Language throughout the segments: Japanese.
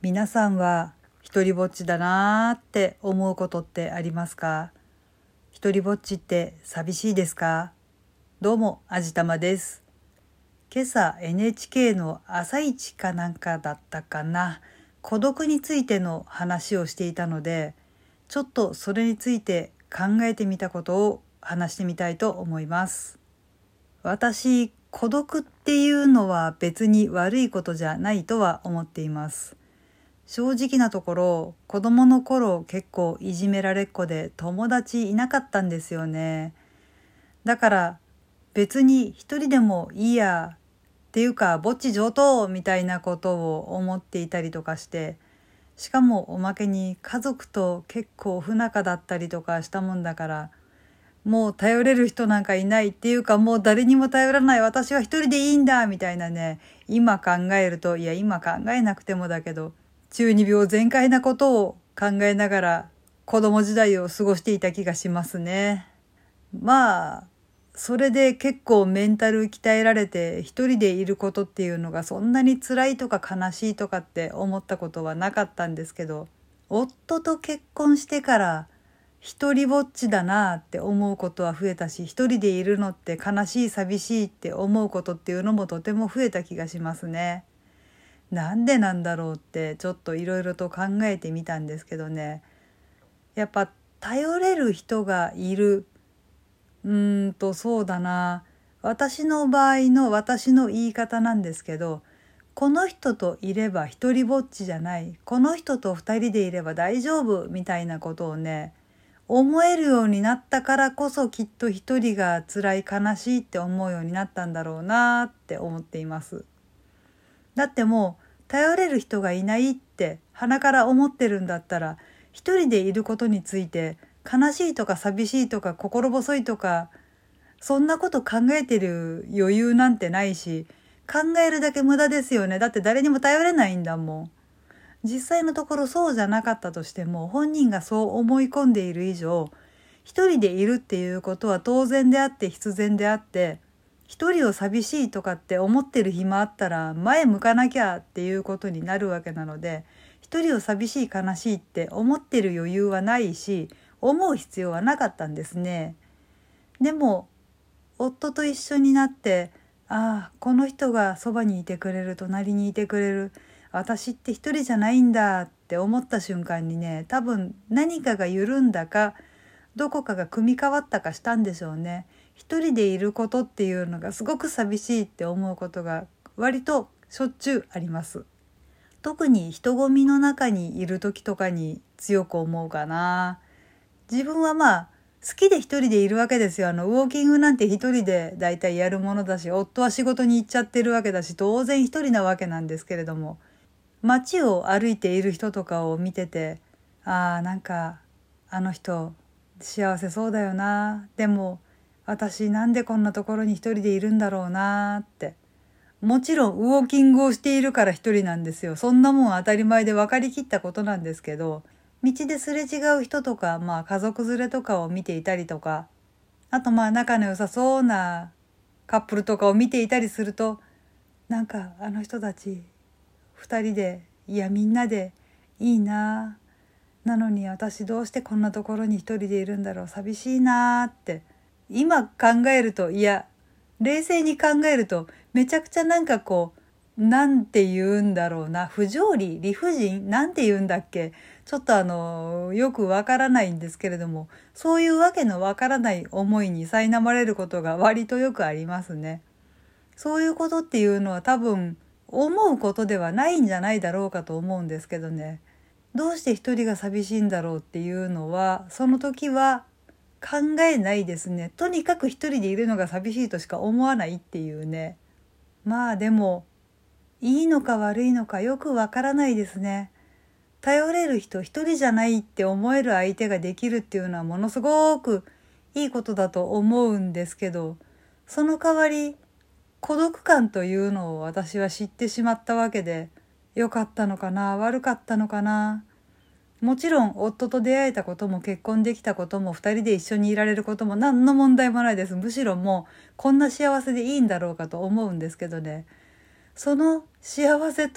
皆さんは一人ぼっちだなーって思うことってありますか？一人ぼっちって寂しいですか？どうも、あじたまです。今朝 NHK の朝一かなんかだったかな、孤独についての話をしていたので、ちょっとそれについて考えてみたことを話してみたいと思います。私、孤独っていうのは別に悪いことじゃないとは思っています。正直なところ、子供の頃結構いじめられっ子で友達いなかったんですよね。だから別に一人でもいいやっていうかぼっち上等みたいなことを思っていたりとかして、しかもおまけに家族と結構不仲だったりとかしたもんだから、もう頼れる人なんかいないっていうか、もう誰にも頼らない、私は一人でいいんだみたいなね、今考えると、いや今考えなくてもだけど、中二病全開なことを考えながら子供時代を過ごしていた気がしますね。まあそれで結構メンタル鍛えられて、一人でいることっていうのがそんなに辛いとか悲しいとかって思ったことはなかったんですけど、夫と結婚してから一人ぼっちだなって思うことは増えたし、一人でいるのって悲しい寂しいって思うことっていうのもとても増えた気がしますね。なんでなんだろうってちょっといろいろと考えてみたんですけどね、やっぱ頼れる人がいる。そうだな、私の場合の私の言い方なんですけど、この人といれば一人ぼっちじゃない、この人と二人でいれば大丈夫みたいなことをね、思えるようになったからこそ、きっと一人が辛い悲しいって思うようになったんだろうなって思っています。だってもう頼れる人がいないって鼻から思ってるんだったら、一人でいることについて悲しいとか寂しいとか心細いとか、そんなこと考えてる余裕なんてないし、考えるだけ無駄ですよね。だって誰にも頼れないんだもん。実際のところそうじゃなかったとしても、本人がそう思い込んでいる以上、一人でいるっていうことは当然であって必然であって、一人を寂しいとかって思ってる暇あったら前向かなきゃっていうことになるわけなので、一人を寂しい悲しいって思ってる余裕はないし、思う必要はなかったんですね。でも夫と一緒になって、ああこの人がそばにいてくれる、隣にいてくれる、私って一人じゃないんだって思った瞬間にね、多分何かが緩んだか、どこかが組み替わったかしたんでしょうね。一人でいることっていうのがすごく寂しいって思うことが割としょっちゅうあります。特に人混みの中にいる時とかに強く思うかな。自分は好きで一人でいるわけですよ。ウォーキングなんて一人でだいたいやるものだし、夫は仕事に行っちゃってるわけだし、当然一人なわけなんですけれども、街を歩いている人とかを見てて、なんかあの人幸せそうだよな、でも私なんでこんなところに一人でいるんだろうなって。もちろんウォーキングをしているから一人なんですよ。そんなもん当たり前で分かりきったことなんですけど、道ですれ違う人とか、家族連れとかを見ていたりとか、あと仲の良さそうなカップルとかを見ていたりすると、なんかあの人たち二人で、いやみんなでいいな、なのに私どうしてこんなところに一人でいるんだろう、寂しいなって今考えると、いや冷静に考えるとめちゃくちゃなんて言うんだろうな、不条理、理不尽、なんて言うんだっけ、ちょっとよくわからないんですけれども、そういうわけのわからない思いに苛まれることが割とよくありますね。そういうことっていうのは多分思うことではないんじゃないだろうかと思うんですけどね。どうして一人が寂しいんだろうっていうのは、その時は考えないですね。とにかく一人でいるのが寂しいとしか思わないっていうね。でもいいのか悪いのかよくわからないですね。頼れる人、一人じゃないって思える相手ができるっていうのはものすごくいいことだと思うんですけど、その代わり孤独感というのを私は知ってしまったわけで、良かったのかな、悪かったのかな。もちろん夫と出会えたことも結婚できたことも二人で一緒にいられることも何の問題もないです。むしろもうこんな幸せでいいんだろうかと思うんですけどね。その幸せと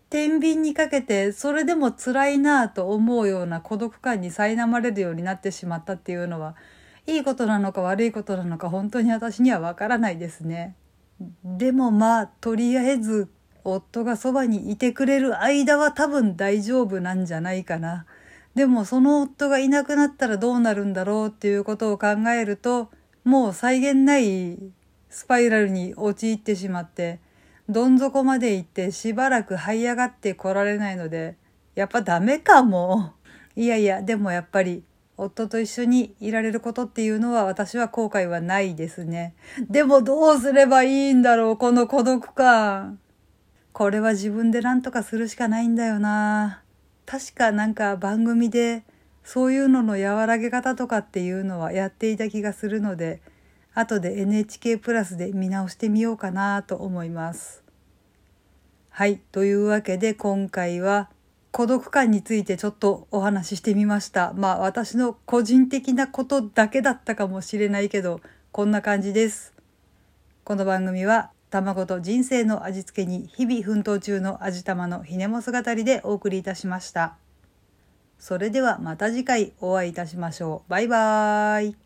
天秤にかけてそれでも辛いなぁと思うような孤独感に苛まれるようになってしまったっていうのは、いいことなのか悪いことなのか本当に私にはわからないですね。でもとりあえず夫がそばにいてくれる間は多分大丈夫なんじゃないかな。でもその夫がいなくなったらどうなるんだろうっていうことを考えると、もう際限ないスパイラルに陥ってしまって、どん底まで行ってしばらく這い上がってこられないので、やっぱダメかも。いやいや、でもやっぱり夫と一緒にいられることっていうのは私は後悔はないですね。でもどうすればいいんだろう、この孤独感。これは自分で何とかするしかないんだよな。確か番組でそういうのの和らげ方とかっていうのはやっていた気がするので、後で NHK プラスで見直してみようかなと思います。はい、というわけで今回は孤独感についてちょっとお話ししてみました。私の個人的なことだけだったかもしれないけど、こんな感じです。この番組は卵と人生の味付けに日々奮闘中の味玉のひねも姿でお送りいたしました。それではまた次回お会いいたしましょう。バイバーイ。